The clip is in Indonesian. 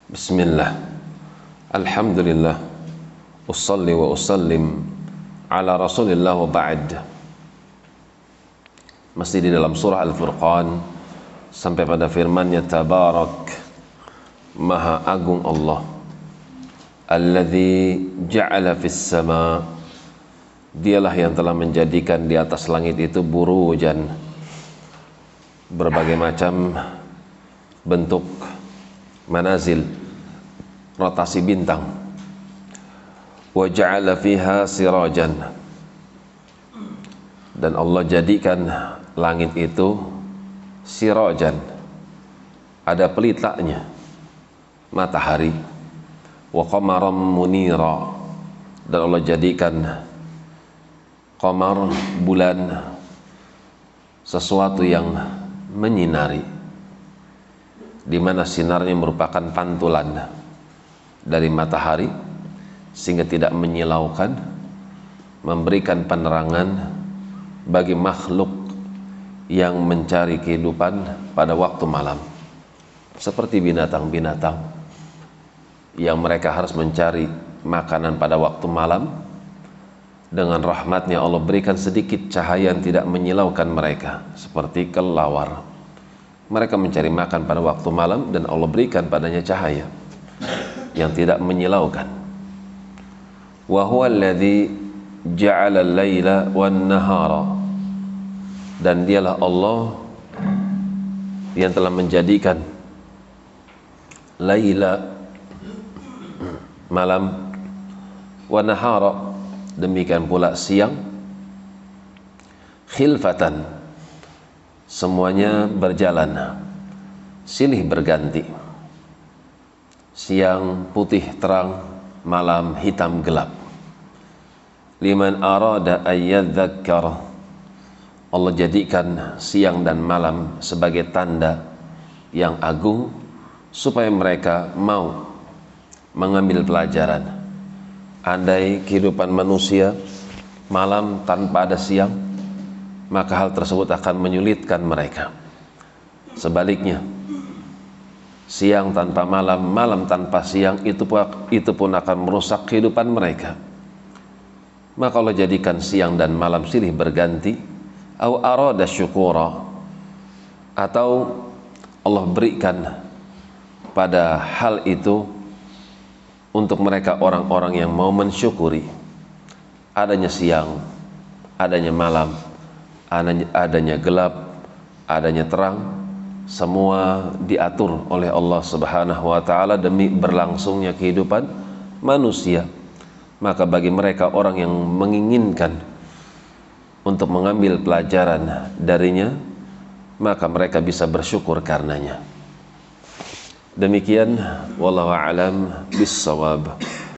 Bismillah, alhamdulillah, ussalli wa usallim ala rasulillah wa ba'd. Masih di dalam surah Al-Furqan sampai pada firman-Nya tabarak, maha agung Allah, alladzi ja'ala fis sama, dialah yang telah menjadikan di atas langit itu burujan, berbagai macam bentuk manazil, rotasi bintang. Wa ja'ala fiha sirajan, dan Allah jadikan langit itu sirajan, ada pelitanya, matahari. Wa qamaran munira, dan Allah jadikan qamar, bulan, sesuatu yang menyinari, di mana sinarnya merupakan pantulan dari matahari sehingga tidak menyilaukan, memberikan penerangan bagi makhluk yang mencari kehidupan pada waktu malam, seperti binatang-binatang yang mereka harus mencari makanan pada waktu malam. Dengan rahmatnya Allah berikan sedikit cahaya yang tidak menyilaukan mereka, seperti kelelawar. Mereka mencari makan pada waktu malam dan Allah berikan padanya cahaya yang tidak menyilaukan. Wa huwa alladzi ja'ala al-laila wan-nahara, dan dialah Allah yang telah menjadikan laila, malam, wa nahara, demikian pula siang, khilfatan, semuanya berjalan, silih berganti. Siang putih terang, malam hitam gelap. Liman arada ayyadzakkar, Allah jadikan siang dan malam sebagai tanda yang agung supaya mereka mau mengambil pelajaran. Andai kehidupan manusia malam tanpa ada siang, maka hal tersebut akan menyulitkan mereka. Sebaliknya, siang tanpa malam, malam tanpa siang, itu pun akan merusak kehidupan mereka. Maka Allah jadikan siang dan malam silih berganti. Au arada syukura, atau Allah berikan pada hal itu untuk mereka orang-orang yang mau mensyukuri adanya siang, adanya malam, adanya gelap, adanya terang, semua diatur oleh Allah Subhanahu wa taala demi berlangsungnya kehidupan manusia. Maka bagi mereka orang yang menginginkan untuk mengambil pelajaran darinya, maka mereka bisa bersyukur karenanya. Demikian, wallahu a'lam bissawab.